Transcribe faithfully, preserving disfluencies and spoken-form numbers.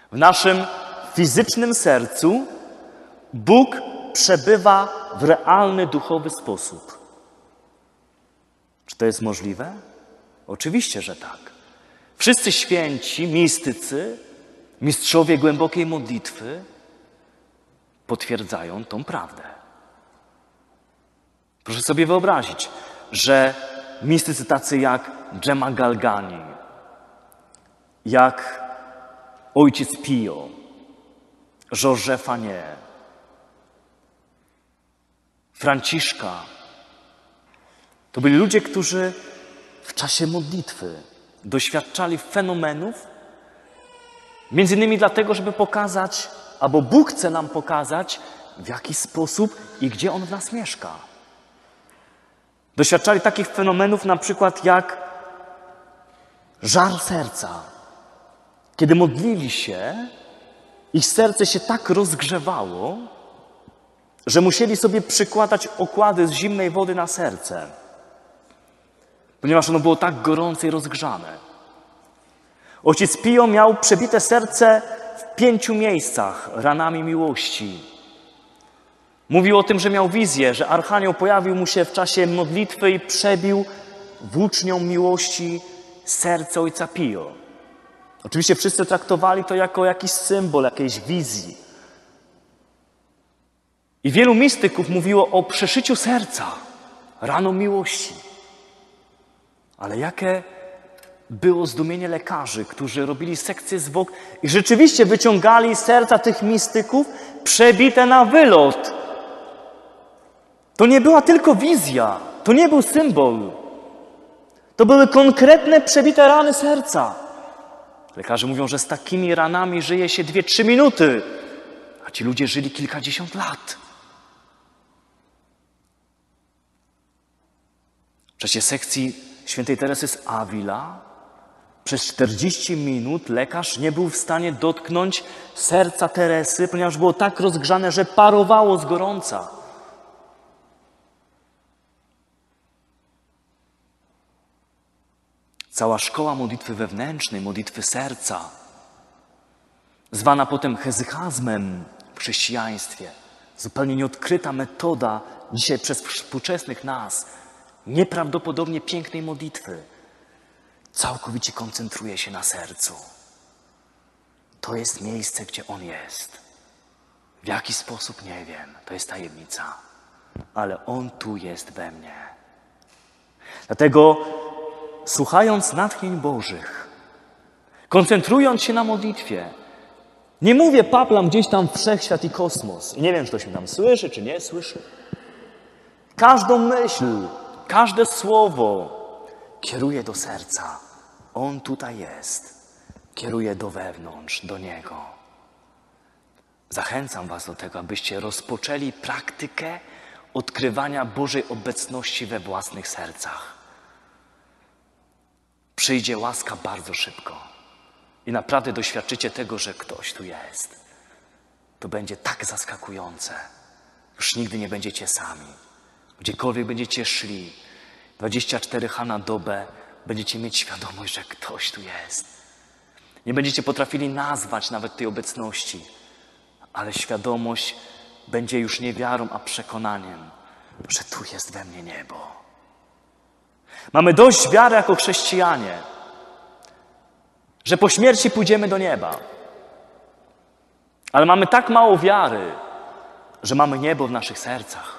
W naszym fizycznym sercu Bóg przebywa w realny, duchowy sposób. Czy to jest możliwe? Oczywiście, że tak. Wszyscy święci, mistycy, mistrzowie głębokiej modlitwy potwierdzają tą prawdę. Proszę sobie wyobrazić, że mistycy tacy jak Gemma Galgani, jak ojciec Pio, Georges Fanier, Franciszka, to byli ludzie, którzy w czasie modlitwy doświadczali fenomenów, między innymi dlatego, żeby pokazać, albo Bóg chce nam pokazać, w jaki sposób i gdzie On w nas mieszka. Doświadczali takich fenomenów na przykład jak żar serca. Kiedy modlili się, ich serce się tak rozgrzewało, że musieli sobie przykładać okłady z zimnej wody na serce, ponieważ ono było tak gorące i rozgrzane. Ojciec Pio miał przebite serce w pięciu miejscach ranami miłości. Mówił o tym, że miał wizję, że archanioł pojawił mu się w czasie modlitwy i przebił włócznią miłości serce ojca Pio. Oczywiście wszyscy traktowali to jako jakiś symbol, jakiejś wizji. I wielu mistyków mówiło o przeszyciu serca raną miłości. Ale jakie było zdumienie lekarzy, którzy robili sekcję zwłok i rzeczywiście wyciągali serca tych mistyków przebite na wylot. To nie była tylko wizja, to nie był symbol. To były konkretne przebite rany serca. Lekarze mówią, że z takimi ranami żyje się dwie, trzy minuty, a ci ludzie żyli kilkadziesiąt lat. W czasie sekcji świętej Teresy z Avila przez czterdzieści minut lekarz nie był w stanie dotknąć serca Teresy, ponieważ było tak rozgrzane, że parowało z gorąca. Cała szkoła modlitwy wewnętrznej, modlitwy serca, zwana potem hezychazmem w chrześcijaństwie, zupełnie nieodkryta metoda dzisiaj przez współczesnych nas, nieprawdopodobnie pięknej modlitwy, całkowicie koncentruje się na sercu. To jest miejsce, gdzie On jest. W jaki sposób? Nie wiem. To jest tajemnica. Ale On tu jest we mnie. Dlatego słuchając natchnień Bożych, koncentrując się na modlitwie, nie mówię paplam gdzieś tam wszechświat i kosmos. I nie wiem, czy ktoś mnie tam słyszy, czy nie słyszy. Każdą myśl, każde słowo kieruje do serca. On tutaj jest. Kieruje do wewnątrz, do Niego. Zachęcam was do tego, abyście rozpoczęli praktykę odkrywania Bożej obecności we własnych sercach. Przyjdzie łaska bardzo szybko i naprawdę doświadczycie tego, że ktoś tu jest. To będzie tak zaskakujące. Już nigdy nie będziecie sami. Gdziekolwiek będziecie szli, dwadzieścia cztery H na dobę, będziecie mieć świadomość, że ktoś tu jest. Nie będziecie potrafili nazwać nawet tej obecności, ale świadomość będzie już nie wiarą, a przekonaniem, że tu jest we mnie niebo. Mamy dość wiary jako chrześcijanie, że po śmierci pójdziemy do nieba. Ale mamy tak mało wiary, że mamy niebo w naszych sercach.